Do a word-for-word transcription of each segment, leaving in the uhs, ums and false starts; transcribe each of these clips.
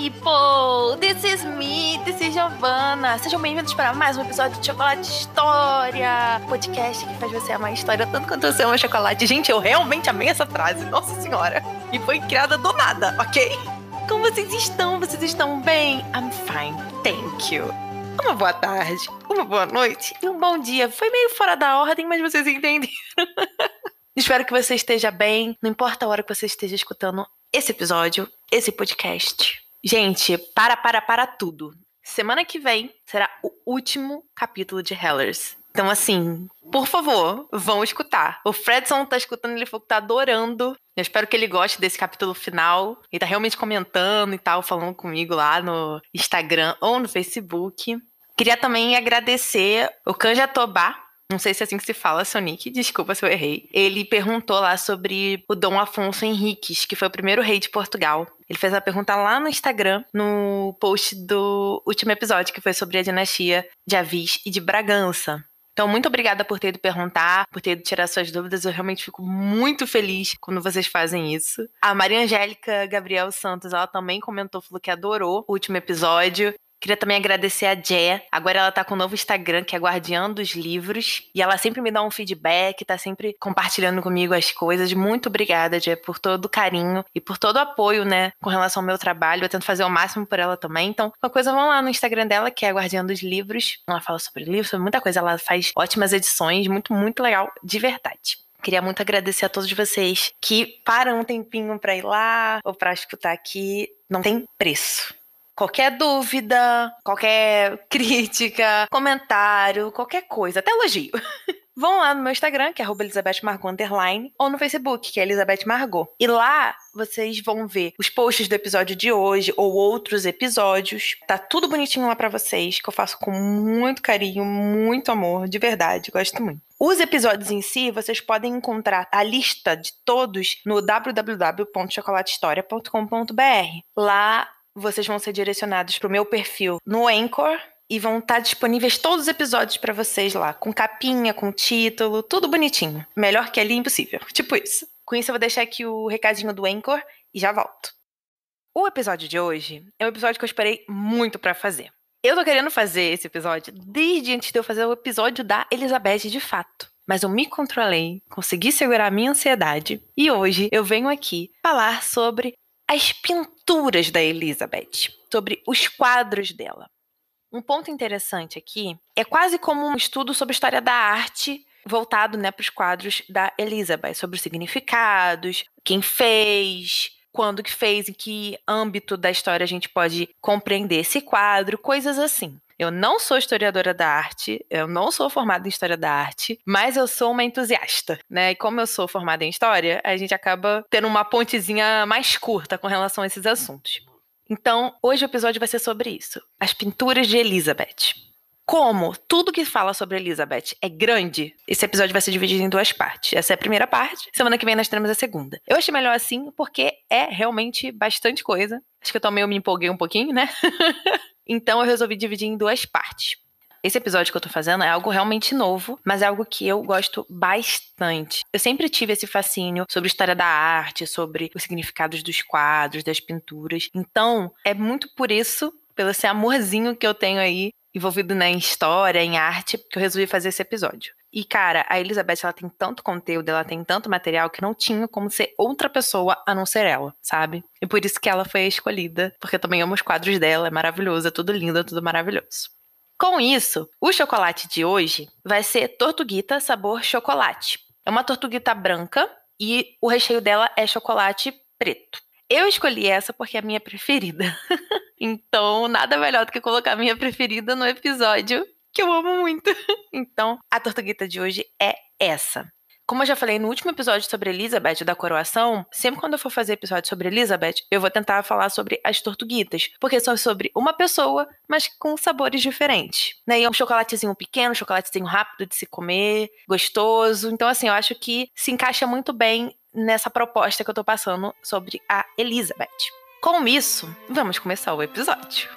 people! This is me, this is Giovanna. Sejam bem-vindos para mais um episódio de Chocolate História, podcast que faz você amar a história tanto quanto você ama chocolate. Gente, eu realmente amei essa frase, nossa senhora. E foi criada do nada, ok? Como vocês estão? Vocês estão bem? I'm fine, thank you. Uma boa tarde, uma boa noite e um bom dia. Foi meio fora da ordem, mas vocês entenderam. Espero que você esteja bem, não importa a hora que você esteja escutando esse episódio, esse podcast. Gente, para, para, para tudo. Semana que vem será o último capítulo de Hellers. Então, assim, por favor, vão escutar. O Fredson tá escutando, ele falou que tá adorando. Eu espero que ele goste desse capítulo final. Ele tá realmente comentando e tal, falando comigo lá no Instagram ou no Facebook. Queria também agradecer o Canja Tobá. Não sei se é assim que se fala, Sonic, desculpa se eu errei. Ele perguntou lá sobre o Dom Afonso Henriques, que foi o primeiro rei de Portugal. Ele fez a pergunta lá no Instagram, no post do último episódio, que foi sobre a dinastia de Avis e de Bragança. Então, muito obrigada por ter ido perguntar, por ter ido tirar suas dúvidas. Eu realmente fico muito feliz quando vocês fazem isso. A Maria Angélica Gabriel Santos, ela também comentou, falou que adorou o último episódio. Queria também agradecer a Jé. Agora ela tá com um novo Instagram, que é Guardiã dos Livros. E ela sempre me dá um feedback, tá sempre compartilhando comigo as coisas. Muito obrigada, Jé, por todo o carinho e por todo o apoio, né, com relação ao meu trabalho. Eu tento fazer o máximo por ela também. Então, qualquer coisa, vão lá no Instagram dela, que é Guardiã dos Livros. Ela fala sobre livros, sobre muita coisa. Ela faz ótimas edições, muito, muito legal, de verdade. Queria muito agradecer a todos vocês que param um tempinho pra ir lá ou pra escutar aqui. Não tem preço. Qualquer dúvida, qualquer crítica, comentário, qualquer coisa, até elogio. Vão lá no meu Instagram, que é arroba Elizabeth Margot underline, ou no Facebook, que é Elizabeth Margot. E lá vocês vão ver os posts do episódio de hoje ou outros episódios. Tá tudo bonitinho lá pra vocês, que eu faço com muito carinho, muito amor, de verdade, gosto muito. Os episódios em si, vocês podem encontrar a lista de todos no w w w ponto chocolate história ponto com ponto b r. Lá vocês vão ser direcionados pro meu perfil no Anchor e vão estar disponíveis todos os episódios para vocês lá, com capinha, com título, tudo bonitinho. Melhor que ali, impossível. Tipo isso. Com isso, eu vou deixar aqui o recadinho do Anchor e já volto. O episódio de hoje é um episódio que eu esperei muito para fazer. Eu tô querendo fazer esse episódio desde antes de eu fazer o episódio da Elizabeth de fato. Mas eu me controlei, consegui segurar a minha ansiedade e hoje eu venho aqui falar sobre as pinturas da Elizabeth, sobre os quadros dela. Um ponto interessante aqui é quase como um estudo sobre a história da arte voltado, né, para os quadros da Elizabeth, sobre os significados, quem fez, quando que fez, em que âmbito da história a gente pode compreender esse quadro, coisas assim. Eu não sou historiadora da arte, eu não sou formada em história da arte, mas eu sou uma entusiasta, né? E como eu sou formada em história, a gente acaba tendo uma pontezinha mais curta com relação a esses assuntos. Então, hoje o episódio vai ser sobre isso, as pinturas de Elizabeth. Como tudo que fala sobre Elizabeth é grande, esse episódio vai ser dividido em duas partes. Essa é a primeira parte, semana que vem nós teremos a segunda. Eu achei melhor assim, porque é realmente bastante coisa. Acho que eu também me empolguei um pouquinho, né? Então eu resolvi dividir em duas partes. Esse episódio que eu tô fazendo é algo realmente novo, mas é algo que eu gosto bastante. Eu sempre tive esse fascínio sobre a história da arte, sobre os significados dos quadros, das pinturas. Então, é muito por isso, pelo esse amorzinho que eu tenho aí, envolvido, né, em história, em arte, que eu resolvi fazer esse episódio. E, cara, a Elizabeth, ela tem tanto conteúdo, ela tem tanto material que não tinha como ser outra pessoa a não ser ela, sabe? E por isso que ela foi a escolhida, porque eu também amo os quadros dela, é maravilhoso, é tudo lindo, é tudo maravilhoso. Com isso, o chocolate de hoje vai ser tortuguita sabor chocolate. É uma tortuguita branca e o recheio dela é chocolate preto. Eu escolhi essa porque é a minha preferida. Então, nada melhor do que colocar a minha preferida no episódio que eu amo muito. Então, a tortuguita de hoje é essa. Como eu já falei no último episódio sobre Elizabeth da coroação, sempre quando eu for fazer episódio sobre Elizabeth, eu vou tentar falar sobre as tortuguitas, porque são sobre uma pessoa, mas com sabores diferentes. Né? E é um chocolatezinho pequeno, um chocolatezinho rápido de se comer, gostoso. Então, assim, eu acho que se encaixa muito bem nessa proposta que eu tô passando sobre a Elizabeth. Com isso, vamos começar o episódio.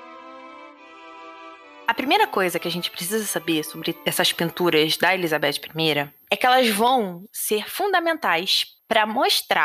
A primeira coisa que a gente precisa saber sobre essas pinturas da Elizabeth I é que elas vão ser fundamentais para mostrar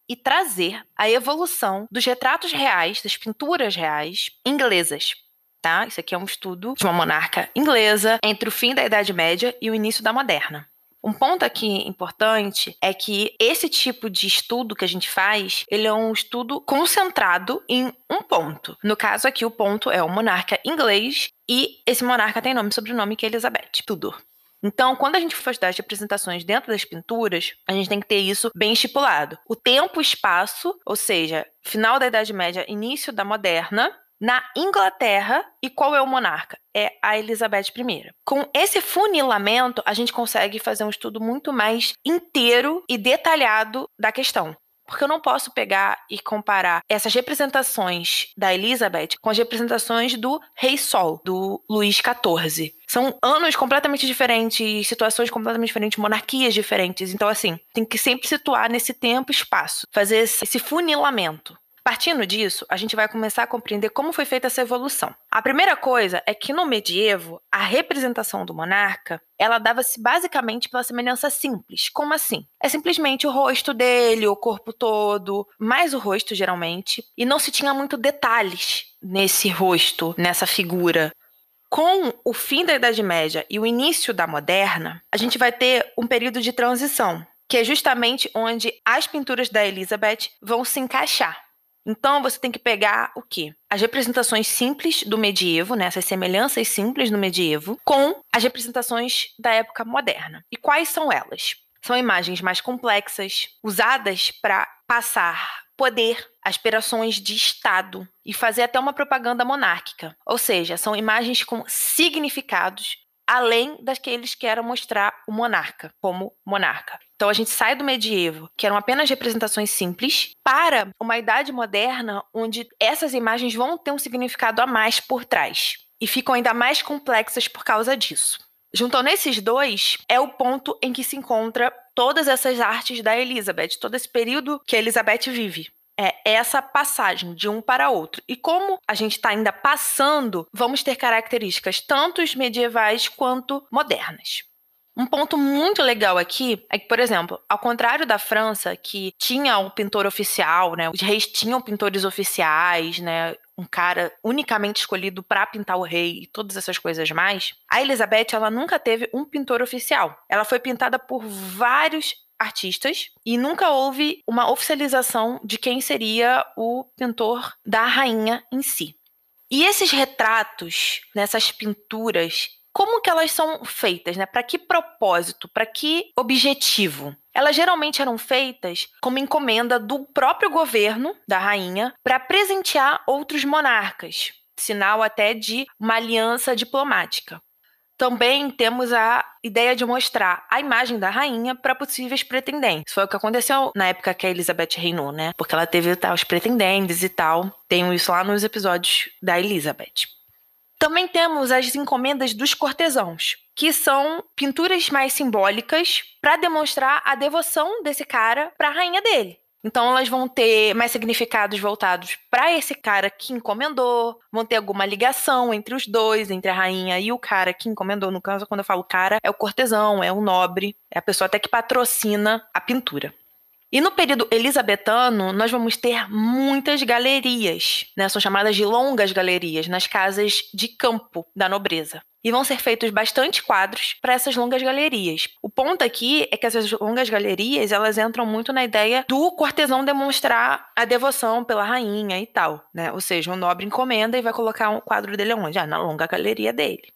e trazer a evolução dos retratos reais, das pinturas reais inglesas. Tá? Isso aqui é um estudo de uma monarca inglesa entre o fim da Idade Média e o início da Moderna. Um ponto aqui importante é que esse tipo de estudo que a gente faz, ele é um estudo concentrado em um ponto. No caso aqui, o ponto é o monarca inglês e esse monarca tem nome e sobrenome que é Elizabeth Tudor. Então, quando a gente for estudar as representações dentro das pinturas, a gente tem que ter isso bem estipulado. O tempo e espaço, ou seja, final da Idade Média, início da Moderna, na Inglaterra, e qual é o monarca? É a Elizabeth I. Com esse funilamento, a gente consegue fazer um estudo muito mais inteiro e detalhado da questão. Porque eu não posso pegar e comparar essas representações da Elizabeth com as representações do Rei Sol, do Luís quatorze. São anos completamente diferentes, situações completamente diferentes, monarquias diferentes. Então, assim, tem que sempre situar nesse tempo e espaço, fazer esse funilamento. Partindo disso, a gente vai começar a compreender como foi feita essa evolução. A primeira coisa é que no medievo, a representação do monarca, ela dava-se basicamente pela semelhança simples. Como assim? É simplesmente o rosto dele, o corpo todo, mais o rosto geralmente, e não se tinha muito detalhes nesse rosto, nessa figura. Com o fim da Idade Média e o início da Moderna, a gente vai ter um período de transição, que é justamente onde as pinturas da Elizabeth vão se encaixar. Então, você tem que pegar o quê? As representações simples do medievo, né? Essas semelhanças simples do medievo, com as representações da época moderna. E quais são elas? São imagens mais complexas, usadas para passar poder, aspirações de Estado e fazer até uma propaganda monárquica. Ou seja, são imagens com significados além daqueles que eram mostrar o monarca como monarca. Então a gente sai do medievo, que eram apenas representações simples, para uma idade moderna onde essas imagens vão ter um significado a mais por trás e ficam ainda mais complexas por causa disso. Juntando esses dois, é o ponto em que se encontra todas essas artes da Elizabeth, todo esse período que a Elizabeth vive. É essa passagem de um para outro. E como a gente está ainda passando, vamos ter características tanto medievais quanto modernas. Um ponto muito legal aqui é que, por exemplo, ao contrário da França, que tinha um pintor oficial, né, os reis tinham pintores oficiais, né, um cara unicamente escolhido para pintar o rei e todas essas coisas mais, a Elizabeth ela nunca teve um pintor oficial. Ela foi pintada por vários artistas e nunca houve uma oficialização de quem seria o pintor da rainha em si. E esses retratos, nessas pinturas, como que elas são feitas, né? Para que propósito? Para que objetivo? Elas geralmente eram feitas como encomenda do próprio governo da rainha para presentear outros monarcas, sinal até de uma aliança diplomática. Também temos a ideia de mostrar a imagem da rainha para possíveis pretendentes. Foi o que aconteceu na época que a Elizabeth reinou, né? Porque ela teve tá, os pretendentes e tal. Tem isso lá nos episódios da Elizabeth. Também temos as encomendas dos cortesãos, que são pinturas mais simbólicas para demonstrar a devoção desse cara para a rainha dele. Então elas vão ter mais significados voltados para esse cara que encomendou, vão ter alguma ligação entre os dois, entre a rainha e o cara que encomendou. No caso, quando eu falo cara, é o cortesão, é o nobre, é a pessoa até que patrocina a pintura. E no período elisabetano, nós vamos ter muitas galerias, né? São chamadas de longas galerias, nas casas de campo da nobreza. E vão ser feitos bastante quadros para essas longas galerias. O ponto aqui é que essas longas galerias, elas entram muito na ideia do cortesão demonstrar a devoção pela rainha e tal, né? Ou seja, o nobre encomenda e vai colocar um quadro dele onde? Ah, na longa galeria dele.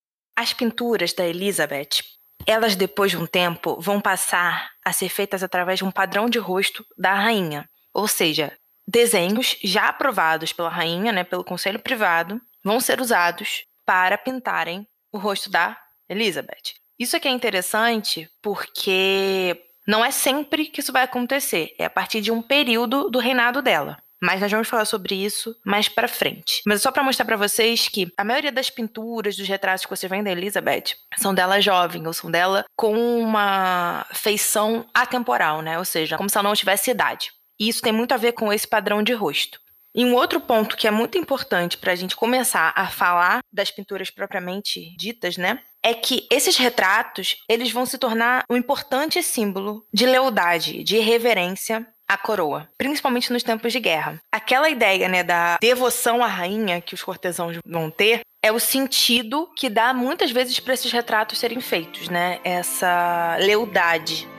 As pinturas da Elizabeth, elas depois de um tempo vão passar a ser feitas através de um padrão de rosto da rainha. Ou seja, desenhos já aprovados pela rainha, né, pelo conselho privado, vão ser usados para pintarem o rosto da Elizabeth. Isso aqui é interessante porque não é sempre que isso vai acontecer. É a partir de um período do reinado dela. Mas nós vamos falar sobre isso mais pra frente. Mas só pra mostrar pra vocês que a maioria das pinturas, dos retratos que você vê da Elizabeth, são dela jovem, ou são dela com uma feição atemporal, né? Ou seja, como se ela não tivesse idade. E isso tem muito a ver com esse padrão de rosto. E um outro ponto que é muito importante pra gente começar a falar das pinturas propriamente ditas, né? é que esses retratos, eles vão se tornar um importante símbolo de lealdade, de reverência à coroa, principalmente nos tempos de guerra. Aquela ideia, né, da devoção à rainha que os cortesãos vão ter é o sentido que dá muitas vezes para esses retratos serem feitos, né? Essa lealdade.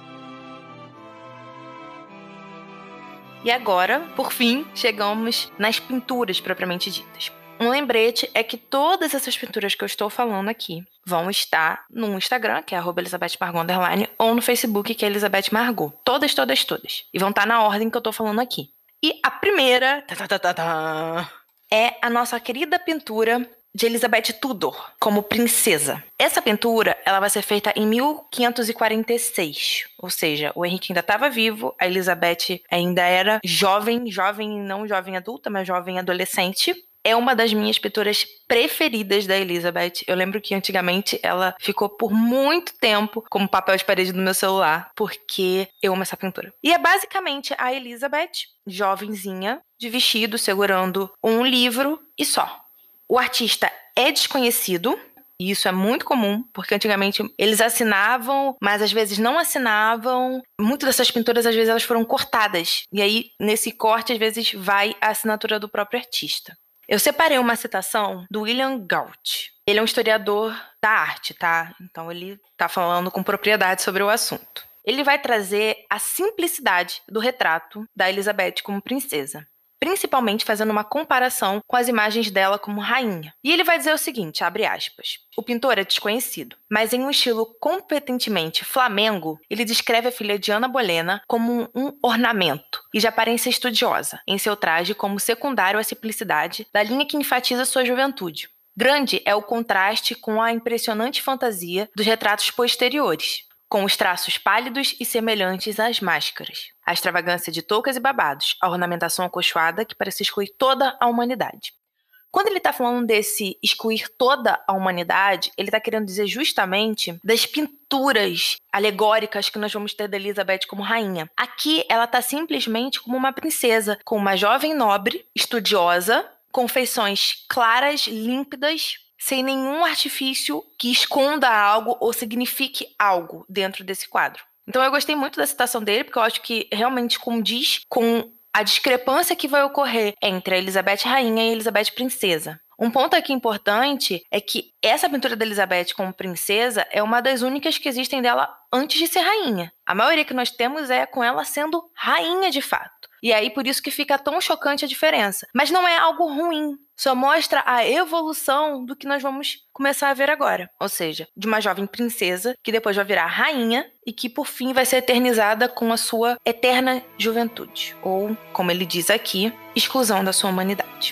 E agora, por fim, chegamos nas pinturas propriamente ditas. Um lembrete é que todas essas pinturas que eu estou falando aqui vão estar no Instagram, que é arroba Elizabeth Margot underline, ou no Facebook, que é Elizabeth Margot. Todas, todas, todas. E vão estar na ordem que eu estou falando aqui. E a primeira tá, tá, tá, tá, tá, é a nossa querida pintura de Elizabeth Tudor, como princesa. Essa pintura, ela vai ser feita em mil quinhentos e quarenta e seis, ou seja, o Henrique ainda estava vivo, a Elizabeth ainda era jovem, jovem, não jovem adulta, mas jovem adolescente. É uma das minhas pinturas preferidas da Elizabeth. Eu lembro que antigamente ela ficou por muito tempo como papel de parede do meu celular, porque eu amo essa pintura. E é basicamente a Elizabeth, jovenzinha, de vestido, segurando um livro e só. O artista é desconhecido, e isso é muito comum, porque antigamente eles assinavam, mas às vezes não assinavam. Muitas dessas pinturas, às vezes, elas foram cortadas. E aí, nesse corte, às vezes, vai a assinatura do próprio artista. Eu separei uma citação do William Gault. Ele é um historiador da arte, tá? Então, ele tá falando com propriedade sobre o assunto. Ele vai trazer a simplicidade do retrato da Elizabeth como princesa, principalmente fazendo uma comparação com as imagens dela como rainha. E ele vai dizer o seguinte, abre aspas, o pintor é desconhecido, mas em um estilo competentemente flamengo, ele descreve a filha de Ana Bolena como um ornamento e de aparência estudiosa, em seu traje como secundário à simplicidade da linha que enfatiza sua juventude. Grande é o contraste com a impressionante fantasia dos retratos posteriores, com os traços pálidos e semelhantes às máscaras, a extravagância de toucas e babados, a ornamentação acolchoada que parece excluir toda a humanidade. Quando ele está falando desse excluir toda a humanidade, ele está querendo dizer justamente das pinturas alegóricas que nós vamos ter da Elizabeth como rainha. Aqui, ela está simplesmente como uma princesa, com uma jovem nobre, estudiosa, com feições claras, límpidas, sem nenhum artifício que esconda algo ou signifique algo dentro desse quadro. Então eu gostei muito da citação dele, porque eu acho que realmente condiz com a discrepância que vai ocorrer entre a Elizabeth rainha e a Elizabeth princesa. Um ponto aqui importante é que essa pintura da Elizabeth como princesa é uma das únicas que existem dela antes de ser rainha. A maioria que nós temos é com ela sendo rainha de fato. E aí por isso que fica tão chocante a diferença. Mas não é algo ruim. Só mostra a evolução do que nós vamos começar a ver agora. Ou seja, de uma jovem princesa que depois vai virar rainha e que por fim vai ser eternizada com a sua eterna juventude. Ou, como ele diz aqui, exclusão da sua humanidade.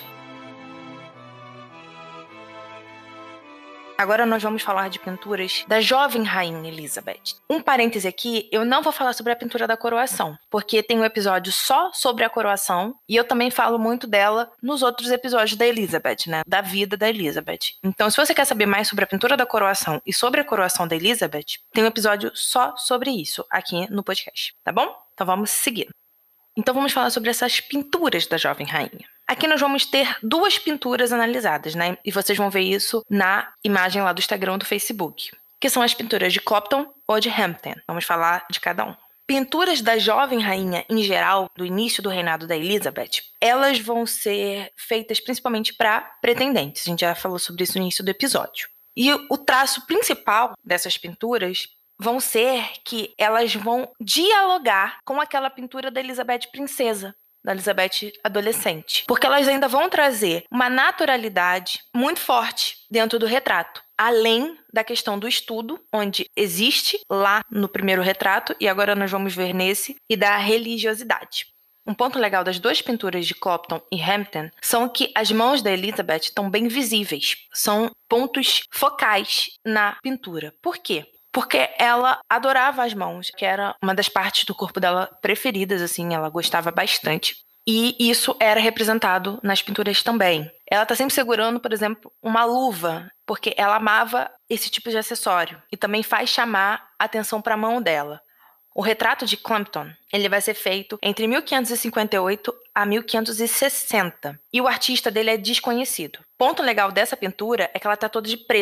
Agora nós vamos falar de pinturas da jovem rainha Elizabeth. Um parêntese aqui, eu não vou falar sobre a pintura da coroação, porque tem um episódio só sobre a coroação, e eu também falo muito dela nos outros episódios da Elizabeth, né? Da vida da Elizabeth. Então, se você quer saber mais sobre a pintura da coroação e sobre a coroação da Elizabeth, tem um episódio só sobre isso aqui no podcast, tá bom? Então vamos seguir. Então vamos falar sobre essas pinturas da jovem rainha. Aqui nós vamos ter duas pinturas analisadas, né? E vocês vão ver isso na imagem lá do Instagram do Facebook, que são as pinturas de Clopton ou de Hampton. Vamos falar de cada um. Pinturas da jovem rainha em geral, do início do reinado da Elizabeth, elas vão ser feitas principalmente para pretendentes. A gente já falou sobre isso no início do episódio. E o traço principal dessas pinturas vão ser que elas vão dialogar com aquela pintura da Elizabeth princesa, da Elizabeth adolescente. Porque elas ainda vão trazer uma naturalidade muito forte dentro do retrato. Além da questão do estudo, onde existe lá no primeiro retrato, e agora nós vamos ver nesse, e da religiosidade. Um ponto legal das duas pinturas de Clopton e Hampton são que as mãos da Elizabeth estão bem visíveis. São pontos focais na pintura. Por quê? Porque ela adorava as mãos, que era uma das partes do corpo dela preferidas, assim, ela gostava bastante. E isso era representado nas pinturas também. Ela tá sempre segurando, por exemplo, uma luva, porque ela amava esse tipo de acessório. E também faz chamar a atenção para a mão dela. O retrato de Clopton, ele vai ser feito entre mil quinhentos e cinquenta e oito a mil quinhentos e sessenta. E o artista dele é desconhecido. Ponto legal dessa pintura é que ela tá toda de preto.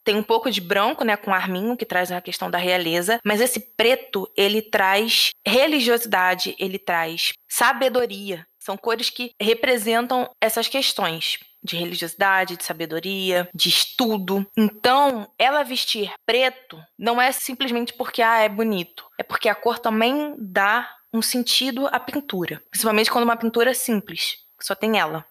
Tem um pouco de branco, né, com arminho, que traz a questão da realeza, mas esse preto, ele traz religiosidade, ele traz sabedoria. São cores que representam essas questões de religiosidade, de sabedoria, de estudo. Então, ela vestir preto não é simplesmente porque ah, é bonito, é porque a cor também dá um sentido à pintura, principalmente quando uma pintura é simples, que só tem ela.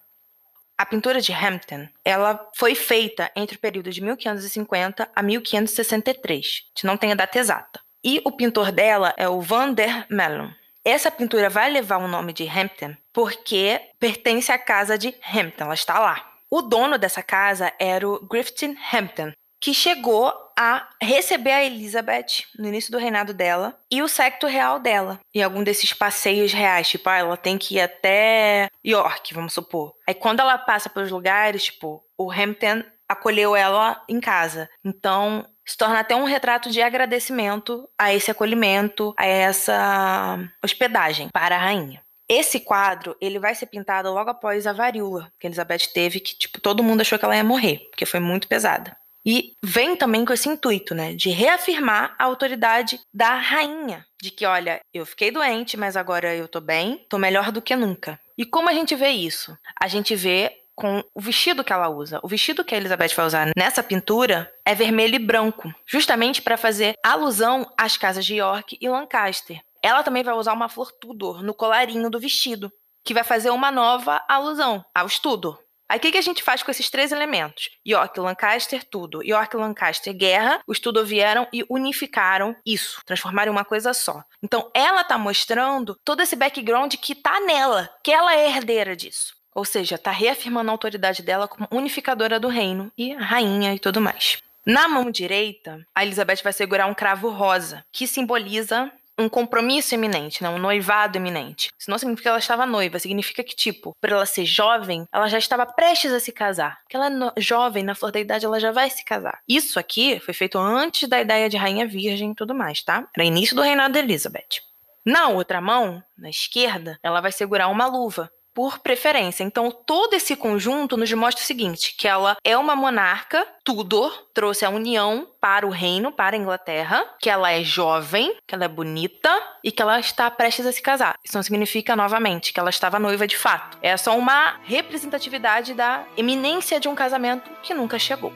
A pintura de Hampton, ela foi feita entre o período de mil quinhentos e cinquenta a mil quinhentos e sessenta e três. A gente não tem a data exata. E o pintor dela é o Van der Meulen. Essa pintura vai levar o nome de Hampton porque pertence à casa de Hampton, ela está lá. O dono dessa casa era o Griffith Hampton, que chegou a receber a Elizabeth no início do reinado dela e o séquito real dela. E algum desses passeios reais, tipo, ah, ela tem que ir até York, vamos supor. Aí quando ela passa pelos lugares, tipo, o Hampton acolheu ela em casa. Então, se torna até um retrato de agradecimento a esse acolhimento, a essa hospedagem para a rainha. Esse quadro, ele vai ser pintado logo após a varíola que a Elizabeth teve, que, tipo, todo mundo achou que ela ia morrer, porque foi muito pesada. E vem também com esse intuito, né, de reafirmar a autoridade da rainha, de que, olha, eu fiquei doente, mas agora eu tô bem, tô melhor do que nunca. E como a gente vê isso? A gente vê com o vestido que ela usa. O vestido que a Elizabeth vai usar nessa pintura é vermelho e branco, justamente para fazer alusão às casas de York e Lancaster. Ela também vai usar uma flor Tudor no colarinho do vestido, que vai fazer uma nova alusão aos Tudor. Aí o que, que a gente faz com esses três elementos? York, Lancaster, Tudor. York, Lancaster, guerra. Os Tudor vieram e unificaram isso, transformaram em uma coisa só. Então ela tá mostrando todo esse background que tá nela, que ela é herdeira disso. Ou seja, tá reafirmando a autoridade dela como unificadora do reino e rainha e tudo mais. Na mão direita, a Elizabeth vai segurar um cravo rosa, que simboliza um compromisso iminente, né? Um noivado iminente. Isso não significa que ela estava noiva, significa que, tipo, por ela ser jovem, ela já estava prestes a se casar. Porque ela é no... jovem, na flor da idade, ela já vai se casar. Isso aqui foi feito antes da ideia de rainha virgem e tudo mais, tá? Era início do reinado da Elizabeth. Na outra mão, na esquerda, ela vai segurar uma luva, por preferência. Então, todo esse conjunto nos mostra o seguinte, que ela é uma monarca, Tudor, trouxe a união para o reino, para a Inglaterra, que ela é jovem, que ela é bonita e que ela está prestes a se casar. Isso não significa, novamente, que ela estava noiva de fato. É só uma representatividade da eminência de um casamento que nunca chegou.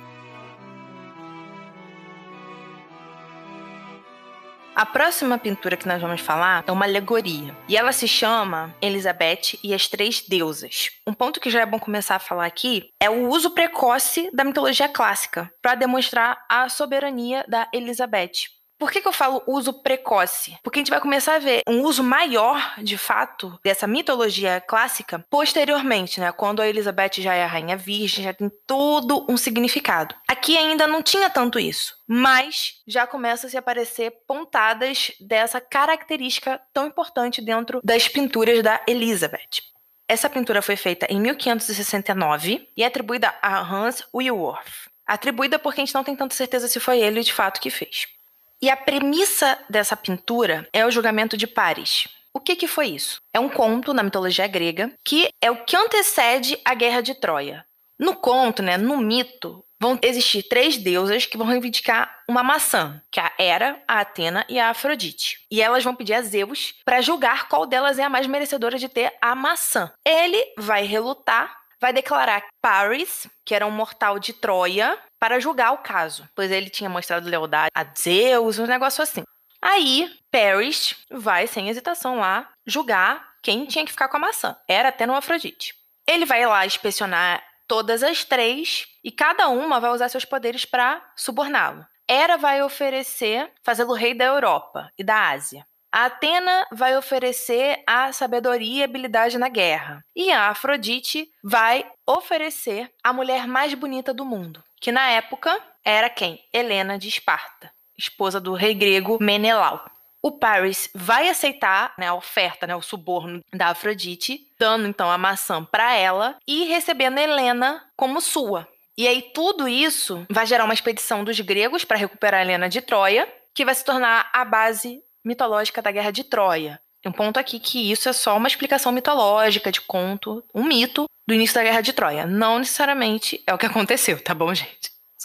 A próxima pintura que nós vamos falar é uma alegoria. E ela se chama Elizabeth e as Três Deusas. Um ponto que já é bom começar a falar aqui é o uso precoce da mitologia clássica para demonstrar a soberania da Elizabeth. Por que que eu falo uso precoce? Porque a gente vai começar a ver um uso maior, de fato, dessa mitologia clássica posteriormente, né? Quando a Elizabeth já é a rainha virgem, já tem todo um significado. Aqui ainda não tinha tanto isso, mas já começa a se aparecer pontadas dessa característica tão importante dentro das pinturas da Elizabeth. Essa pintura foi feita em mil quinhentos e sessenta e nove e é atribuída a Hans Wilworth. Atribuída porque a gente não tem tanta certeza se foi ele de fato que fez. E a premissa dessa pintura é o julgamento de Paris. O que que foi isso? É um conto na mitologia grega que é o que antecede a Guerra de Troia. No conto, né, no mito, vão existir três deusas que vão reivindicar uma maçã, que é a Hera, a Atena e a Afrodite. E elas vão pedir a Zeus para julgar qual delas é a mais merecedora de ter a maçã. Ele vai relutar, vai declarar Paris, que era um mortal de Troia, para julgar o caso, pois ele tinha mostrado lealdade a Zeus, um negócio assim. Aí, Paris vai, sem hesitação lá, julgar quem tinha que ficar com a maçã. Era até no Afrodite. Ele vai lá inspecionar todas as três e cada uma vai usar seus poderes para suborná-lo. Hera vai oferecer fazê-lo rei da Europa e da Ásia. A Atena vai oferecer a sabedoria e habilidade na guerra. E a Afrodite vai oferecer a mulher mais bonita do mundo, que na época era quem? Helena de Esparta, esposa do rei grego Menelau. O Paris vai aceitar, né, a oferta, né, o suborno da Afrodite, dando então a maçã para ela e recebendo Helena como sua. E aí tudo isso vai gerar uma expedição dos gregos para recuperar Helena de Troia, que vai se tornar a base mitológica da Guerra de Troia. Tem um ponto aqui que isso é só uma explicação mitológica de conto, um mito do início da Guerra de Troia. Não necessariamente é o que aconteceu, tá bom, gente?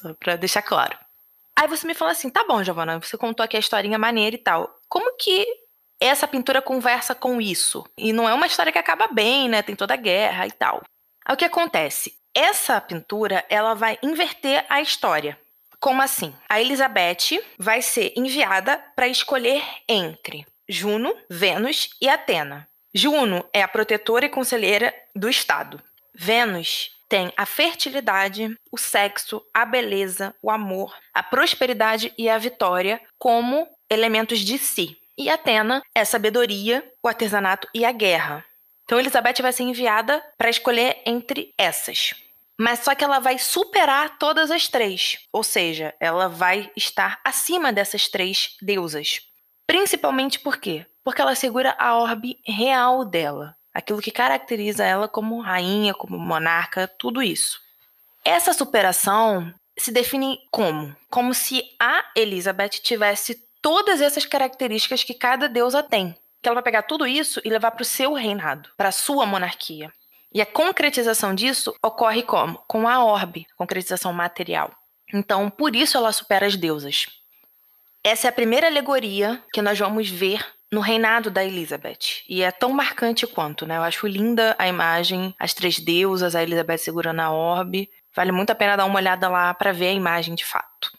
Só pra deixar claro. Aí você me fala assim, tá bom, Giovana, você contou aqui a historinha maneira e tal. Como que essa pintura conversa com isso? E não é uma história que acaba bem, né? Tem toda a guerra e tal. Aí o que acontece? Essa pintura, ela vai inverter a história. Como assim? A Elizabeth vai ser enviada para escolher entre Juno, Vênus e Atena. Juno é a protetora e conselheira do Estado. Vênus tem a fertilidade, o sexo, a beleza, o amor, a prosperidade e a vitória como elementos de si. E Atena é a sabedoria, o artesanato e a guerra. Então Elizabeth vai ser enviada para escolher entre essas. Mas só que ela vai superar todas as três. Ou seja, ela vai estar acima dessas três deusas. Principalmente por quê? Porque ela segura a orbe real dela. Aquilo que caracteriza ela como rainha, como monarca, tudo isso. Essa superação se define como? Como se a Elizabeth tivesse todas essas características que cada deusa tem. Que ela vai pegar tudo isso e levar para o seu reinado, para a sua monarquia. E a concretização disso ocorre como? Com a orbe, concretização material. Então, por isso ela supera as deusas. Essa é a primeira alegoria que nós vamos ver no reinado da Elizabeth. E é tão marcante quanto, né? Eu acho linda a imagem, as três deusas, a Elizabeth segurando a orbe. Vale muito a pena dar uma olhada lá para ver a imagem de fato.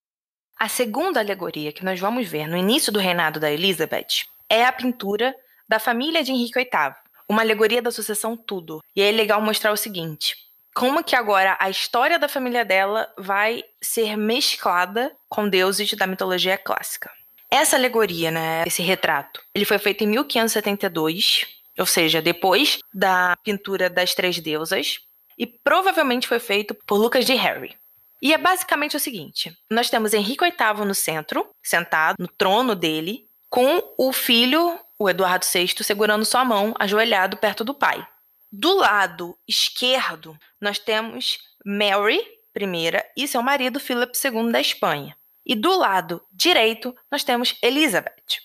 A segunda alegoria que nós vamos ver no início do reinado da Elizabeth é a pintura da família de Henrique oitavo. Uma alegoria da sucessão Tudor. E é legal mostrar o seguinte: como que agora a história da família dela vai ser mesclada com deuses da mitologia clássica. Essa alegoria, né, esse retrato, ele foi feito em mil quinhentos e setenta e dois, ou seja, depois da pintura das três deusas, e provavelmente foi feito por Lucas de Harry. E é basicamente o seguinte: nós temos Henrique oitavo no centro, sentado no trono dele, com o filho, o Eduardo sexto, segurando sua mão, ajoelhado perto do pai. Do lado esquerdo, nós temos Mary, primeira, e seu marido, Philip segundo da Espanha. E do lado direito, nós temos Elizabeth.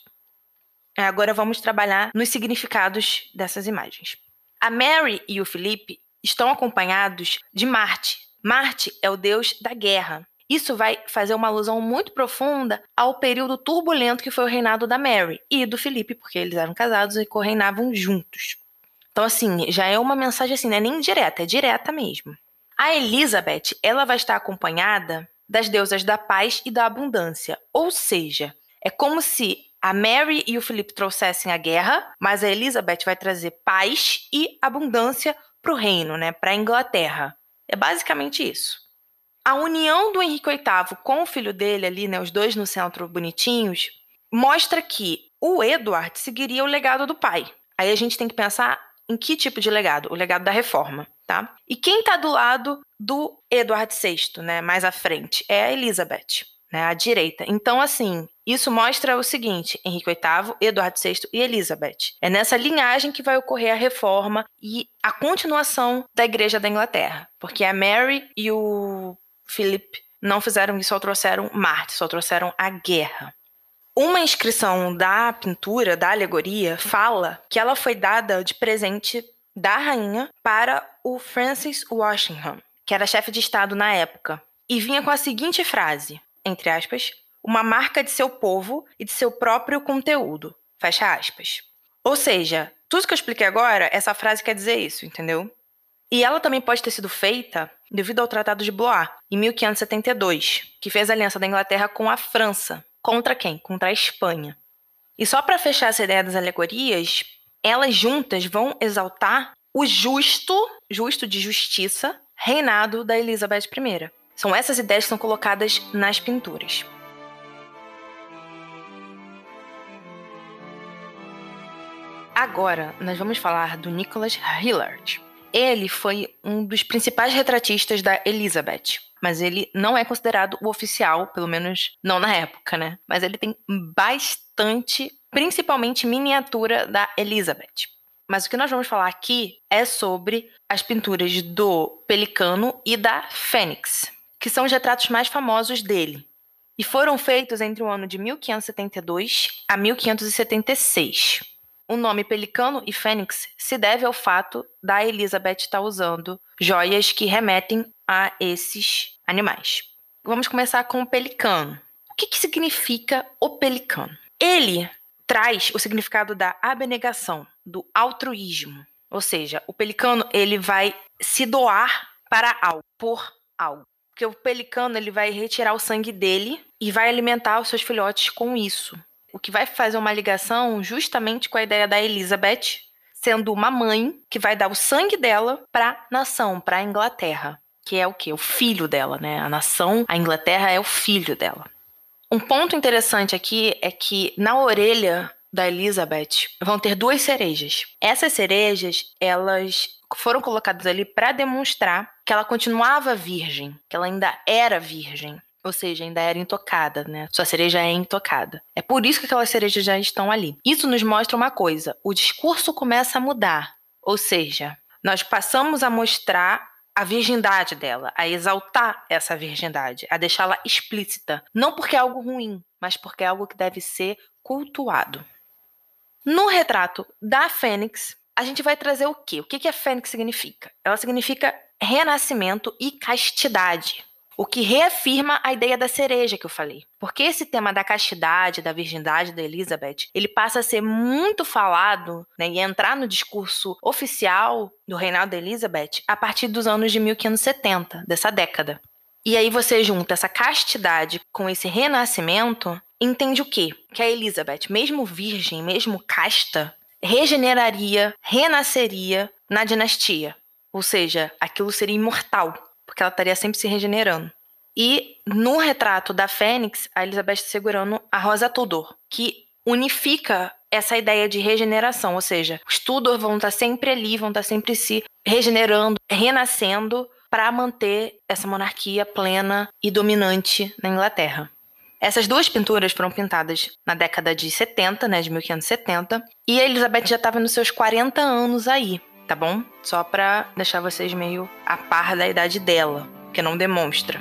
Agora vamos trabalhar nos significados dessas imagens. A Mary e o Philip estão acompanhados de Marte. Marte é o deus da guerra. Isso vai fazer uma alusão muito profunda ao período turbulento que foi o reinado da Mary e do Philip, porque eles eram casados e correinavam juntos. Então, assim, já é uma mensagem assim, não é nem direta, é direta mesmo. A Elizabeth, ela vai estar acompanhada das deusas da paz e da abundância. Ou seja, é como se a Mary e o Philip trouxessem a guerra, mas a Elizabeth vai trazer paz e abundância para o reino, né, para a Inglaterra. É basicamente isso. A união do Henrique oitavo com o filho dele ali, né, os dois no centro bonitinhos, mostra que o Edward seguiria o legado do pai. Aí a gente tem que pensar em que tipo de legado? O legado da reforma, tá? E quem está do lado do Eduardo sexto, né, mais à frente, é a Elizabeth, né, à direita. Então, assim, isso mostra o seguinte: Henrique oitavo, Eduardo sexto e Elizabeth. É nessa linhagem que vai ocorrer a reforma e a continuação da Igreja da Inglaterra, porque a Mary e o Philip não fizeram isso, só trouxeram Marte, só trouxeram a guerra. Uma inscrição da pintura, da alegoria, fala que ela foi dada de presente da rainha para o Francis Walsingham, que era chefe de estado na época, e vinha com a seguinte frase, entre aspas, uma marca de seu povo e de seu próprio conteúdo, fecha aspas. Ou seja, tudo que eu expliquei agora, essa frase quer dizer isso, entendeu? E ela também pode ter sido feita devido ao Tratado de Blois, em mil quinhentos e setenta e dois, que fez a aliança da Inglaterra com a França. Contra quem? Contra a Espanha. E só para fechar essa ideia das alegorias, elas juntas vão exaltar o justo, justo de justiça, reinado da Elizabeth I. São essas ideias que são colocadas nas pinturas. Agora, nós vamos falar do Nicholas Hilliard. Ele foi um dos principais retratistas da Elizabeth, mas ele não é considerado o oficial, pelo menos não na época, né? Mas ele tem bastante, principalmente miniatura da Elizabeth. Mas o que nós vamos falar aqui é sobre as pinturas do Pelicano e da Fênix, que são os retratos mais famosos dele. E foram feitos entre o ano de mil quinhentos e setenta e dois a mil quinhentos e setenta e seis. O nome Pelicano e Fênix se deve ao fato da Elizabeth estar usando joias que remetem a esses animais. Vamos começar com o pelicano. O que, que significa o pelicano? Ele traz o significado da abnegação, do altruísmo. Ou seja, o pelicano ele vai se doar para algo, por algo. Porque o pelicano ele vai retirar o sangue dele e vai alimentar os seus filhotes com isso. O que vai fazer uma ligação justamente com a ideia da Elizabeth, sendo uma mãe que vai dar o sangue dela para a nação, para a Inglaterra. Que é o quê? O filho dela, né? A nação, a Inglaterra é o filho dela. Um ponto interessante aqui é que na orelha da Elizabeth vão ter duas cerejas. Essas cerejas, elas foram colocadas ali para demonstrar que ela continuava virgem, que ela ainda era virgem. Ou seja, ainda era intocada, né? Sua cereja é intocada. É por isso que aquelas cerejas já estão ali. Isso nos mostra uma coisa. O discurso começa a mudar. Ou seja, nós passamos a mostrar a virgindade dela, a exaltar essa virgindade, a deixá-la explícita. Não porque é algo ruim, mas porque é algo que deve ser cultuado. No retrato da Fênix, a gente vai trazer o quê? O que a Fênix significa? Ela significa renascimento e castidade. O que reafirma a ideia da cereja que eu falei. Porque esse tema da castidade, da virgindade da Elizabeth, ele passa a ser muito falado, né, e entrar no discurso oficial do reinado da Elizabeth a partir dos anos de mil quinhentos e setenta, dessa década. E aí você junta essa castidade com esse renascimento, entende o quê? Que a Elizabeth, mesmo virgem, mesmo casta, regeneraria, renasceria na dinastia. Ou seja, aquilo seria imortal. Porque ela estaria sempre se regenerando. E no retrato da Fênix, a Elizabeth segurando a Rosa Tudor, que unifica essa ideia de regeneração, ou seja, os Tudor vão estar sempre ali, vão estar sempre se regenerando, renascendo, para manter essa monarquia plena e dominante na Inglaterra. Essas duas pinturas foram pintadas na década de setenta, né, de mil quinhentos e setenta, e a Elizabeth já estava nos seus quarenta anos aí. Tá bom? Só pra deixar vocês meio a par da idade dela, que não demonstra.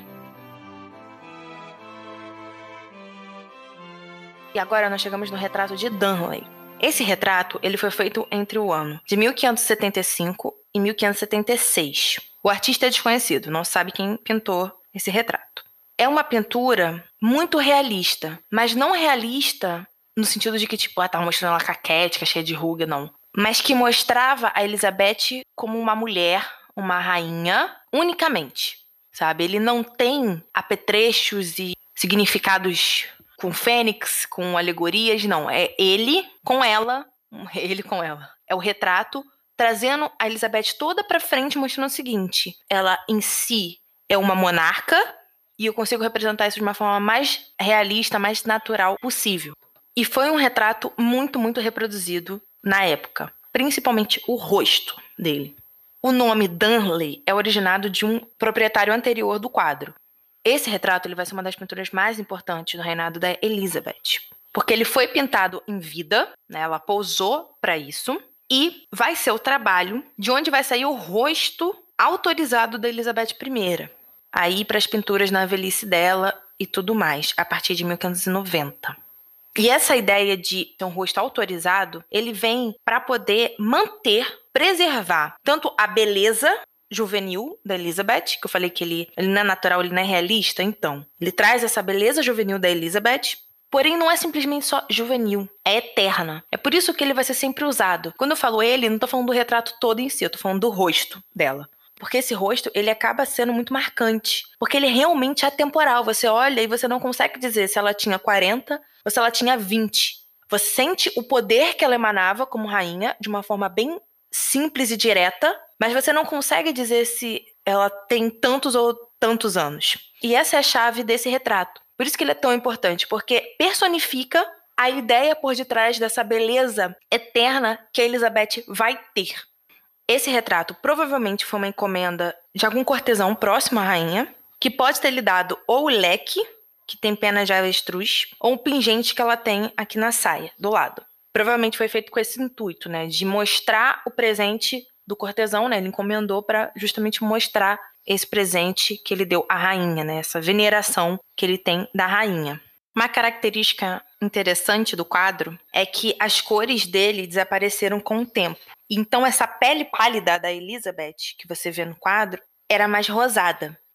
E agora nós chegamos no retrato de Darnley. Esse retrato ele foi feito entre o ano de mil quinhentos e setenta e cinco e mil quinhentos e setenta e seis. O artista é desconhecido, não sabe quem pintou esse retrato. É uma pintura muito realista, mas não realista no sentido de que, tipo, ah, tava mostrando ela caquética, cheia de ruga, não. Mas que mostrava a Elizabeth como uma mulher, uma rainha, unicamente, sabe? Ele não tem apetrechos e significados com fênix, com alegorias, não. É ele com ela, ele com ela. É o retrato trazendo a Elizabeth toda pra frente, mostrando o seguinte: ela em si é uma monarca e eu consigo representar isso de uma forma mais realista, mais natural possível. E foi um retrato muito, muito reproduzido na época, principalmente o rosto dele. O nome Darnley é originado de um proprietário anterior do quadro. Esse retrato ele vai ser uma das pinturas mais importantes do reinado da Elizabeth, porque ele foi pintado em vida, né, ela pousou para isso, e vai ser o trabalho de onde vai sair o rosto autorizado da Elizabeth I, aí para as pinturas na velhice dela e tudo mais, a partir de mil quinhentos e noventa. E essa ideia de ter um rosto autorizado, ele vem para poder manter, preservar tanto a beleza juvenil da Elizabeth, que eu falei que ele, ele não é natural, ele não é realista, então. Ele traz essa beleza juvenil da Elizabeth, porém não é simplesmente só juvenil, é eterna. É por isso que ele vai ser sempre usado. Quando eu falo ele, não tô falando do retrato todo em si, eu tô falando do rosto dela. Porque esse rosto, ele acaba sendo muito marcante. Porque ele realmente é atemporal. Você olha e você não consegue dizer se ela tinha quarenta ou se ela tinha vinte. Você sente o poder que ela emanava como rainha de uma forma bem simples e direta, mas você não consegue dizer se ela tem tantos ou tantos anos. E essa é a chave desse retrato. Por isso que ele é tão importante, porque personifica a ideia por detrás dessa beleza eterna que a Elizabeth vai ter. Esse retrato provavelmente foi uma encomenda de algum cortesão próximo à rainha, que pode ter lhe dado ou o leque, que tem pena de avestruz, ou um pingente que ela tem aqui na saia, do lado. Provavelmente foi feito com esse intuito, né, de mostrar o presente do cortesão, né, ele encomendou para justamente mostrar esse presente que ele deu à rainha, né, essa veneração que ele tem da rainha. Uma característica interessante do quadro é que as cores dele desapareceram com o tempo. Então essa pele pálida da Elizabeth, que você vê no quadro, era mais rosada.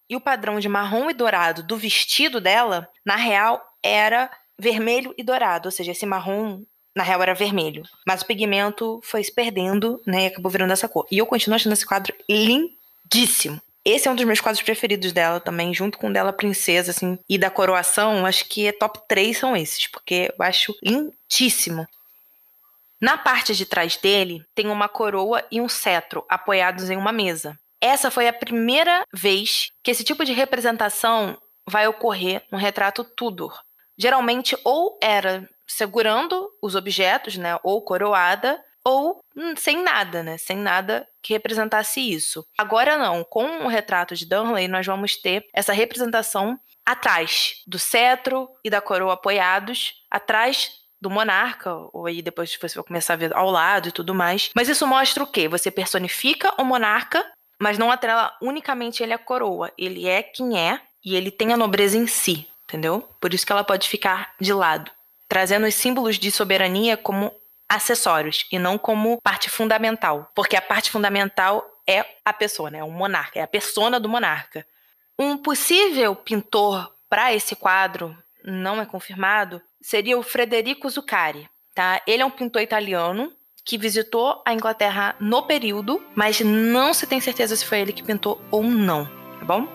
E o padrão de marrom e dourado do vestido dela, na real, era vermelho e dourado. Ou seja, esse marrom, na real, era vermelho. Mas o pigmento foi se perdendo, né? E acabou virando essa cor. E eu continuo achando esse quadro lindíssimo. Esse é um dos meus quadros preferidos dela também, junto com o dela Princesa, assim. E da coroação, acho que é top três são esses, porque eu acho lindíssimo. Na parte de trás dele, tem uma coroa e um cetro apoiados em uma mesa. Essa foi a primeira vez que esse tipo de representação vai ocorrer no retrato Tudor. Geralmente, ou era segurando os objetos, né, ou coroada, ou hum, sem nada, né, sem nada que representasse isso. Agora não, com o retrato de Darnley, nós vamos ter essa representação atrás do cetro e da coroa apoiados, atrás do monarca, ou aí depois você vai começar a ver ao lado e tudo mais. Mas isso mostra o quê? Você personifica o monarca, mas não atrela unicamente ele à coroa. Ele é quem é e ele tem a nobreza em si, entendeu? Por isso que ela pode ficar de lado, trazendo os símbolos de soberania como acessórios e não como parte fundamental. Porque a parte fundamental é a pessoa, né? O monarca, é a persona do monarca. Um possível pintor para esse quadro, não é confirmado, seria o Federico Zuccari, tá? Ele é um pintor italiano que visitou a Inglaterra no período, mas não se tem certeza se foi ele que pintou ou não, tá bom?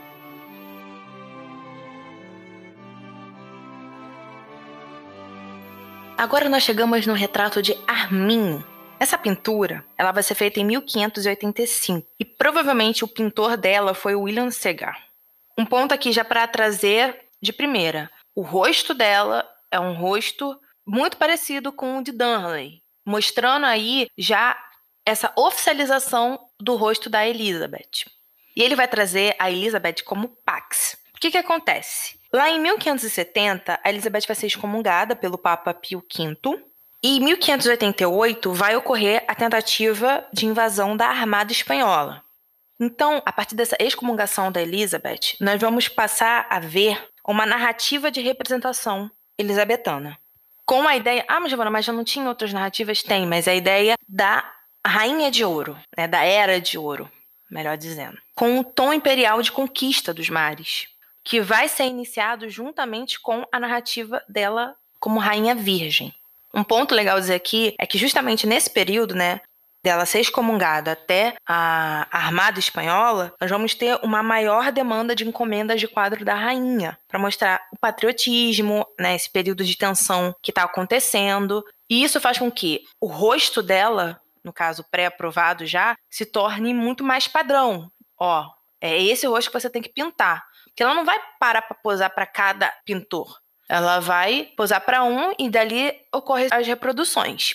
Agora nós chegamos no retrato de Arminho. Essa pintura, ela vai ser feita em mil quinhentos e oitenta e cinco e provavelmente o pintor dela foi o William Segar. Um ponto aqui já para trazer de primeira. O rosto dela é um rosto muito parecido com o de Darnley, mostrando aí já essa oficialização do rosto da Elizabeth. E ele vai trazer a Elizabeth como Pax. O que que acontece? Lá em mil quinhentos e setenta, a Elizabeth vai ser excomungada pelo Papa Pio quinto, e em mil quinhentos e oitenta e oito vai ocorrer a tentativa de invasão da Armada Espanhola. Então, a partir dessa excomungação da Elizabeth, nós vamos passar a ver uma narrativa de representação elisabetana. Com a ideia... Ah, mas Giovana, mas já não tinha outras narrativas? Tem, mas a ideia da Rainha de Ouro, né, da Era de Ouro, melhor dizendo. Com o tom imperial de conquista dos mares, que vai ser iniciado juntamente com a narrativa dela como Rainha Virgem. Um ponto legal dizer aqui é que justamente nesse período, né, dela ser excomungada até a Armada Espanhola, nós vamos ter uma maior demanda de encomendas de quadro da rainha, para mostrar o patriotismo, né, esse período de tensão que está acontecendo. E isso faz com que o rosto dela, no caso pré-aprovado já, se torne muito mais padrão. Ó, é esse rosto que você tem que pintar. Porque ela não vai parar para posar para cada pintor. Ela vai posar para um e dali ocorrem as reproduções.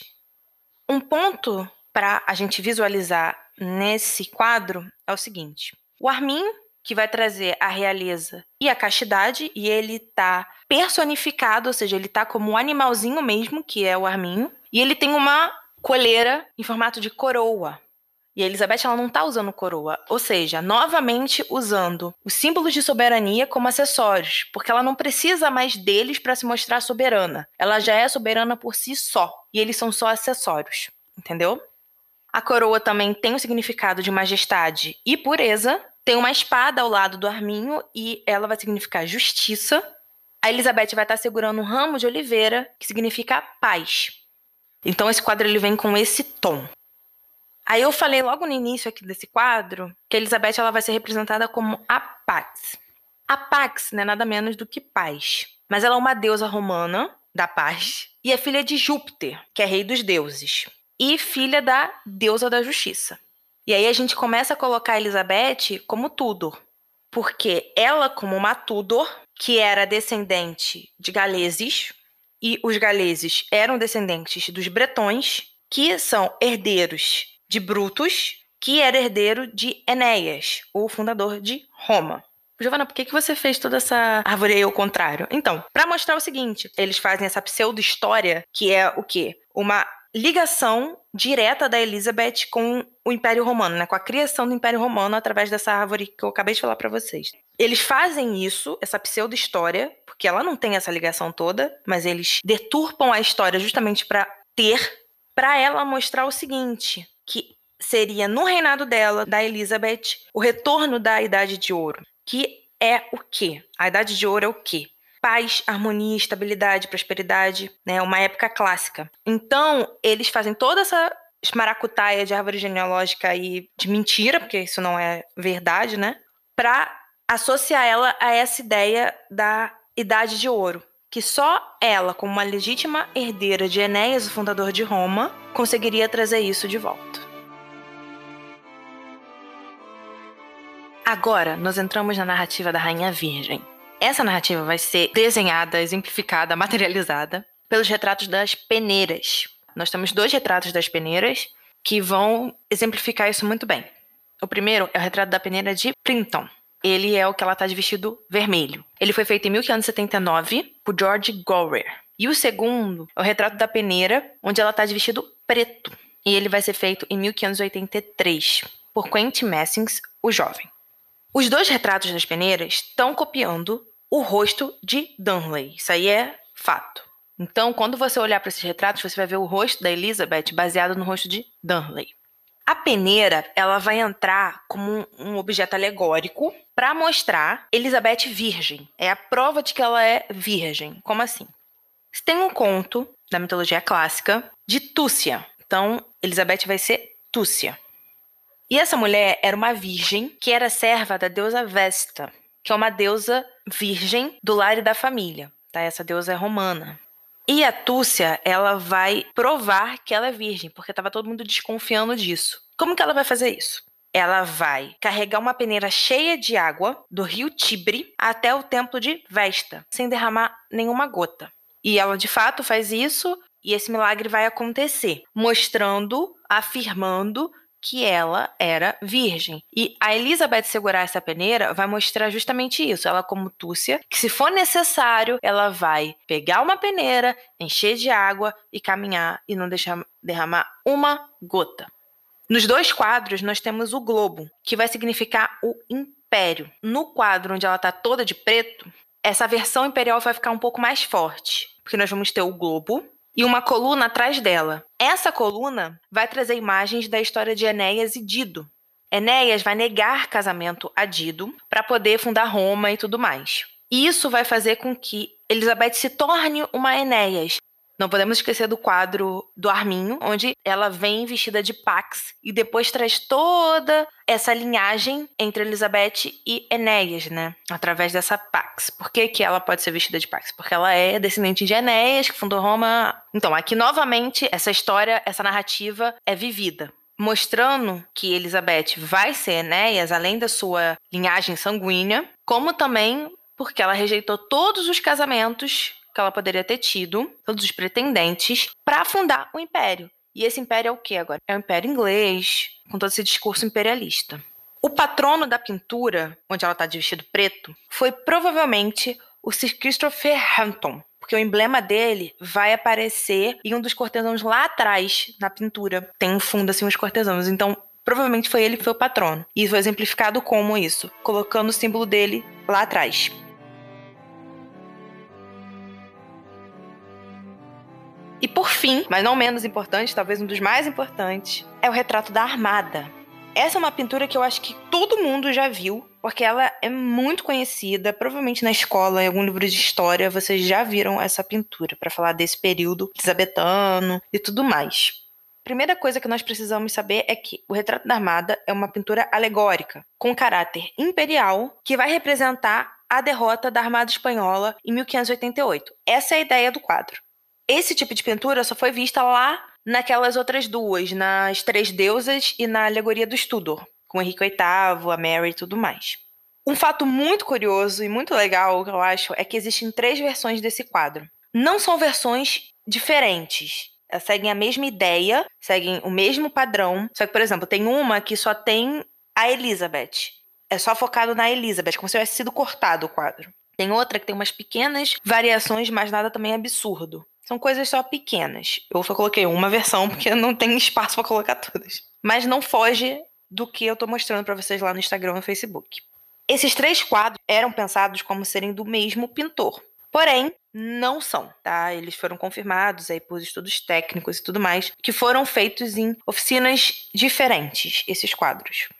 Um ponto para a gente visualizar nesse quadro é o seguinte. O Arminho, que vai trazer a realeza e a castidade, e ele tá personificado, ou seja, ele tá como um animalzinho mesmo, que é o Arminho, e ele tem uma coleira em formato de coroa. E a Elizabeth, ela não tá usando coroa, ou seja, novamente usando os símbolos de soberania como acessórios, porque ela não precisa mais deles para se mostrar soberana. Ela já é soberana por si só, e eles são só acessórios, entendeu? A coroa também tem o significado de majestade e pureza. Tem uma espada ao lado do Arminho e ela vai significar justiça. A Elizabeth vai estar segurando um ramo de oliveira, que significa paz. Então esse quadro ele vem com esse tom. Aí eu falei logo no início aqui desse quadro que a Elizabeth ela vai ser representada como a Pax. A Pax não é nada menos do que paz. Mas ela é uma deusa romana da paz e é filha de Júpiter, que é rei dos deuses. E filha da deusa da justiça. E aí a gente começa a colocar a Elizabeth como Tudor, porque ela, como uma Tudor, que era descendente de galeses, e os galeses eram descendentes dos bretões, que são herdeiros de Brutus, que era herdeiro de Enéas, o fundador de Roma. Giovana, por que que você fez toda essa árvore aí ao contrário? Então, para mostrar o seguinte, eles fazem essa pseudo-história, que é o quê? Uma ligação direta da Elizabeth com o Império Romano, né? Com a criação do Império Romano através dessa árvore que eu acabei de falar para vocês. Eles fazem isso, essa pseudo-história, porque ela não tem essa ligação toda, mas eles deturpam a história justamente para ter, para ela mostrar o seguinte, que seria no reinado dela, da Elizabeth, o retorno da Idade de Ouro. que é o quê? A Idade de Ouro é o quê? Paz, harmonia, estabilidade, prosperidade, né? Uma época clássica. Então, eles fazem toda essa esmaracutaia de árvore genealógica e de mentira, porque isso não é verdade, né? Para associar ela a essa ideia da Idade de Ouro, que só ela, como uma legítima herdeira de Enéas, o fundador de Roma, conseguiria trazer isso de volta. Agora, nós entramos na narrativa da Rainha Virgem. Essa narrativa vai ser desenhada, exemplificada, materializada pelos retratos das peneiras. Nós temos dois retratos das peneiras que vão exemplificar isso muito bem. O primeiro é o retrato da peneira de Princeton. Ele é o que ela está de vestido vermelho. Ele foi feito em mil quinhentos e setenta e nove por George Gower. E o segundo é o retrato da peneira, onde ela está de vestido preto. E ele vai ser feito em mil quinhentos e oitenta e três por Quentin Messings, o jovem. Os dois retratos das peneiras estão copiando o rosto de Darnley. Isso aí é fato. Então, quando você olhar para esses retratos, você vai ver o rosto da Elizabeth baseado no rosto de Darnley. A peneira, ela vai entrar como um objeto alegórico para mostrar Elizabeth virgem. É a prova de que ela é virgem. Como assim? Tem um conto da mitologia clássica de Túcia. Então, Elizabeth vai ser Túcia. E essa mulher era uma virgem que era serva da deusa Vesta, que é uma deusa virgem do lar e da família. Tá? Essa deusa é romana. E a Túcia, ela vai provar que ela é virgem, porque estava todo mundo desconfiando disso. Como que ela vai fazer isso? Ela vai carregar uma peneira cheia de água do rio Tibre até o templo de Vesta, sem derramar nenhuma gota. E ela, de fato, faz isso, e esse milagre vai acontecer, mostrando, afirmando que ela era virgem. E a Elizabeth segurar essa peneira vai mostrar justamente isso. Ela, como Túcia, que se for necessário, ela vai pegar uma peneira, encher de água e caminhar e não deixar derramar uma gota. Nos dois quadros, nós temos o globo, que vai significar o império. No quadro onde ela está toda de preto, essa versão imperial vai ficar um pouco mais forte, porque nós vamos ter o globo e uma coluna atrás dela. Essa coluna vai trazer imagens da história de Enéas e Dido. Enéas vai negar casamento a Dido para poder fundar Roma e tudo mais. Isso vai fazer com que Elizabeth se torne uma Enéas. Não podemos esquecer do quadro do Arminho, onde ela vem vestida de Pax e depois traz toda essa linhagem entre Elizabeth e Enéas, né? Através dessa Pax. Por que que ela pode ser vestida de Pax? Porque ela é descendente de Enéas, que fundou Roma. Então, aqui novamente, essa história, essa narrativa é vivida, mostrando que Elizabeth vai ser Enéas, além da sua linhagem sanguínea, como também porque ela rejeitou todos os casamentos que ela poderia ter tido, todos os pretendentes, para fundar o império. E esse império é o que agora? É o Império Inglês, com todo esse discurso imperialista. O patrono da pintura, onde ela está de vestido preto, foi provavelmente o Sir Christopher Hampton, porque o emblema dele vai aparecer em um dos cortesãos lá atrás, na pintura. Tem um fundo assim, os cortesãos. Então, provavelmente foi ele que foi o patrono. E foi exemplificado como isso, colocando o símbolo dele lá atrás. E por fim, mas não menos importante, talvez um dos mais importantes, é o retrato da Armada. Essa é uma pintura que eu acho que todo mundo já viu, porque ela é muito conhecida, provavelmente na escola, em algum livro de história, vocês já viram essa pintura, para falar desse período elizabetano e tudo mais. Primeira coisa que nós precisamos saber é que o retrato da Armada é uma pintura alegórica, com caráter imperial, que vai representar a derrota da Armada Espanhola em mil quinhentos e oitenta e oito. Essa é a ideia do quadro. Esse tipo de pintura só foi vista lá naquelas outras duas, nas Três Deusas e na Alegoria dos Tudor, com Henrique oitavo, a Mary e tudo mais. Um fato muito curioso e muito legal que eu acho é que existem três versões desse quadro. Não são versões diferentes, elas seguem a mesma ideia, seguem o mesmo padrão, só que, por exemplo, tem uma que só tem a Elizabeth. É só focado na Elizabeth, como se tivesse sido cortado o quadro. Tem outra que tem umas pequenas variações, mas nada também absurdo. São coisas só pequenas. Eu só coloquei uma versão porque não tem espaço para colocar todas. Mas não foge do que eu tô mostrando para vocês lá no Instagram e no Facebook. Esses três quadros eram pensados como serem do mesmo pintor. Porém, não são, tá? Eles foram confirmados aí por estudos técnicos e tudo mais, que foram feitos em oficinas diferentes, esses quadros.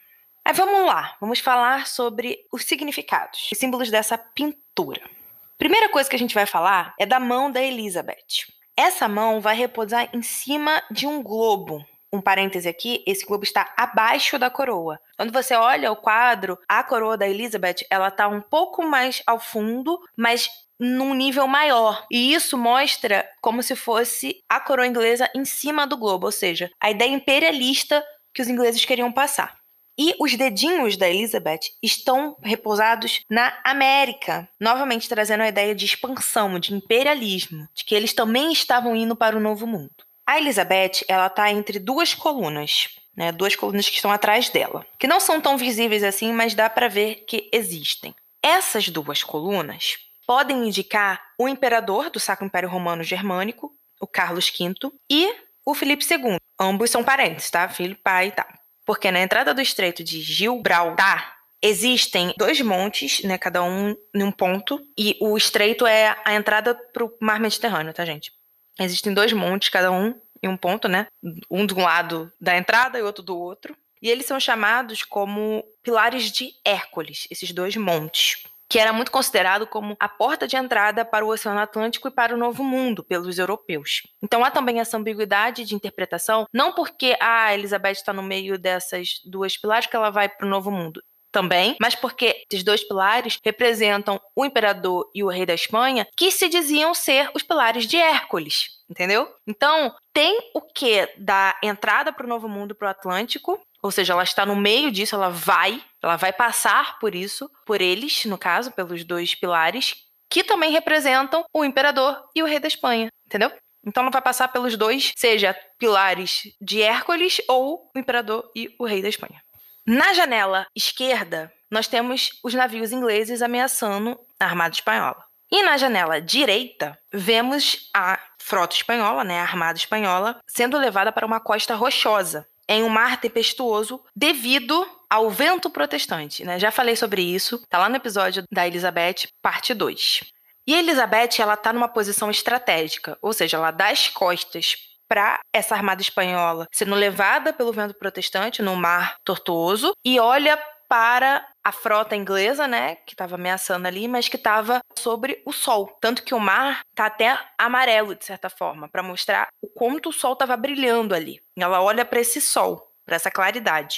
Aí vamos lá, vamos falar sobre os significados, os símbolos dessa pintura. Primeira coisa que a gente vai falar é da mão da Elizabeth. Essa mão vai repousar em cima de um globo. Um parêntese aqui, esse globo está abaixo da coroa. Quando você olha o quadro, a coroa da Elizabeth, ela está um pouco mais ao fundo, mas num nível maior. E isso mostra como se fosse a coroa inglesa em cima do globo, ou seja, a ideia imperialista que os ingleses queriam passar. E os dedinhos da Elizabeth estão repousados na América, novamente trazendo a ideia de expansão, de imperialismo, de que eles também estavam indo para o Novo Mundo. A Elizabeth, ela está entre duas colunas, né, duas colunas que estão atrás dela, que não são tão visíveis assim, mas dá para ver que existem. Essas duas colunas podem indicar o imperador do Sacro Império Romano Germânico, o Carlos quinto, e o Filipe segundo. Ambos são parentes, tá? Filho, pai e tal. Porque na entrada do Estreito de Gibraltar existem dois montes, né, cada um em um ponto, e o estreito é a entrada para o Mar Mediterrâneo, tá, gente? Existem dois montes, cada um em um ponto, né? Um de um lado da entrada e outro do outro. E eles são chamados como pilares de Hércules, esses dois montes, que era muito considerado como a porta de entrada para o Oceano Atlântico e para o Novo Mundo pelos europeus. Então há também essa ambiguidade de interpretação, não porque a Elizabeth está no meio dessas duas pilares que ela vai para o Novo Mundo também, mas porque esses dois pilares representam o imperador e o rei da Espanha, que se diziam ser os pilares de Hércules, entendeu? Então tem o que da entrada para o Novo Mundo, para o Atlântico, ou seja, ela está no meio disso, ela vai, ela vai passar por isso, por eles, no caso, pelos dois pilares, que também representam o imperador e o rei da Espanha, entendeu? Então ela vai passar pelos dois, seja pilares de Hércules ou o imperador e o rei da Espanha. Na janela esquerda, nós temos os navios ingleses ameaçando a Armada Espanhola. E na janela direita, vemos a frota espanhola, né, a Armada Espanhola, sendo levada para uma costa rochosa, em um mar tempestuoso devido ao vento protestante, né? Já falei sobre isso, tá lá no episódio da Elizabeth, parte dois. E a Elizabeth, ela tá numa posição estratégica, ou seja, ela dá as costas para essa armada espanhola sendo levada pelo vento protestante no mar tortuoso e olha para a frota inglesa, né, que estava ameaçando ali, mas que estava sobre o sol. Tanto que o mar tá até amarelo, de certa forma, para mostrar o quanto o sol estava brilhando ali. E ela olha para esse sol, para essa claridade.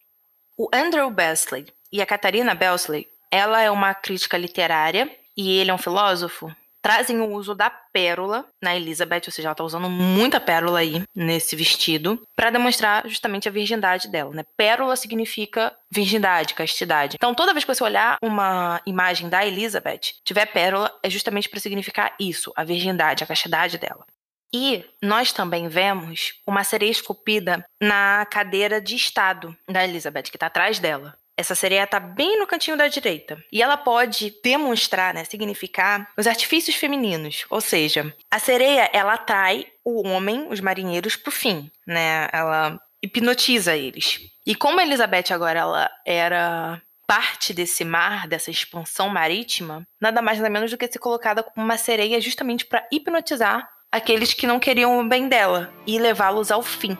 O Andrew Besley e a Katharina Besley, ela é uma crítica literária e ele é um filósofo, trazem o uso da pérola na Elizabeth, ou seja, ela tá usando muita pérola aí nesse vestido, para demonstrar justamente a virgindade dela, né? Pérola significa virgindade, castidade. Então, toda vez que você olhar uma imagem da Elizabeth, tiver pérola, é justamente para significar isso, a virgindade, a castidade dela. E nós também vemos uma sereia esculpida na cadeira de estado da Elizabeth, que está atrás dela. Essa sereia está bem no cantinho da direita. E ela pode demonstrar, né, significar os artifícios femininos. Ou seja, a sereia, ela atrai o homem, os marinheiros, pro fim, né? Ela hipnotiza eles. E como a Elizabeth agora ela era parte desse mar, dessa expansão marítima, nada mais nada menos do que ser colocada como uma sereia justamente para hipnotizar aqueles que não queriam o bem dela e levá-los ao fim.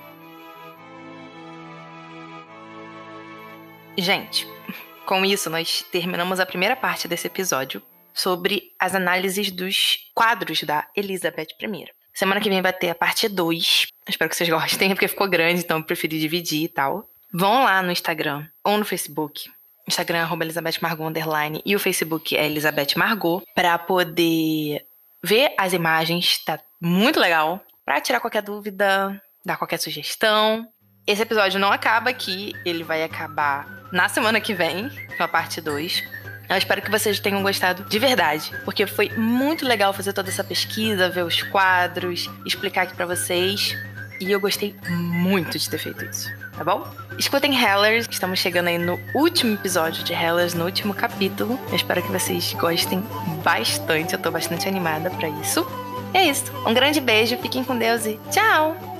Gente, com isso nós terminamos a primeira parte desse episódio sobre as análises dos quadros da Elizabeth I. Semana que vem vai ter a parte dois. Espero que vocês gostem, porque ficou grande, então eu preferi dividir e tal. Vão lá no Instagram ou no Facebook. Instagram é arroba Elizabeth Margot underline e o Facebook é Elizabeth Margot, para poder ver as imagens. Tá muito legal. Para tirar qualquer dúvida, dar qualquer sugestão. Esse episódio não acaba aqui, ele vai acabar na semana que vem, com a parte dois. Eu espero que vocês tenham gostado de verdade, porque foi muito legal fazer toda essa pesquisa, ver os quadros, explicar aqui pra vocês. E eu gostei muito de ter feito isso, tá bom? Escutem Hellers, estamos chegando aí no último episódio de Hellers, no último capítulo. Eu espero que vocês gostem bastante, eu tô bastante animada pra isso. E é isso, um grande beijo, fiquem com Deus e tchau!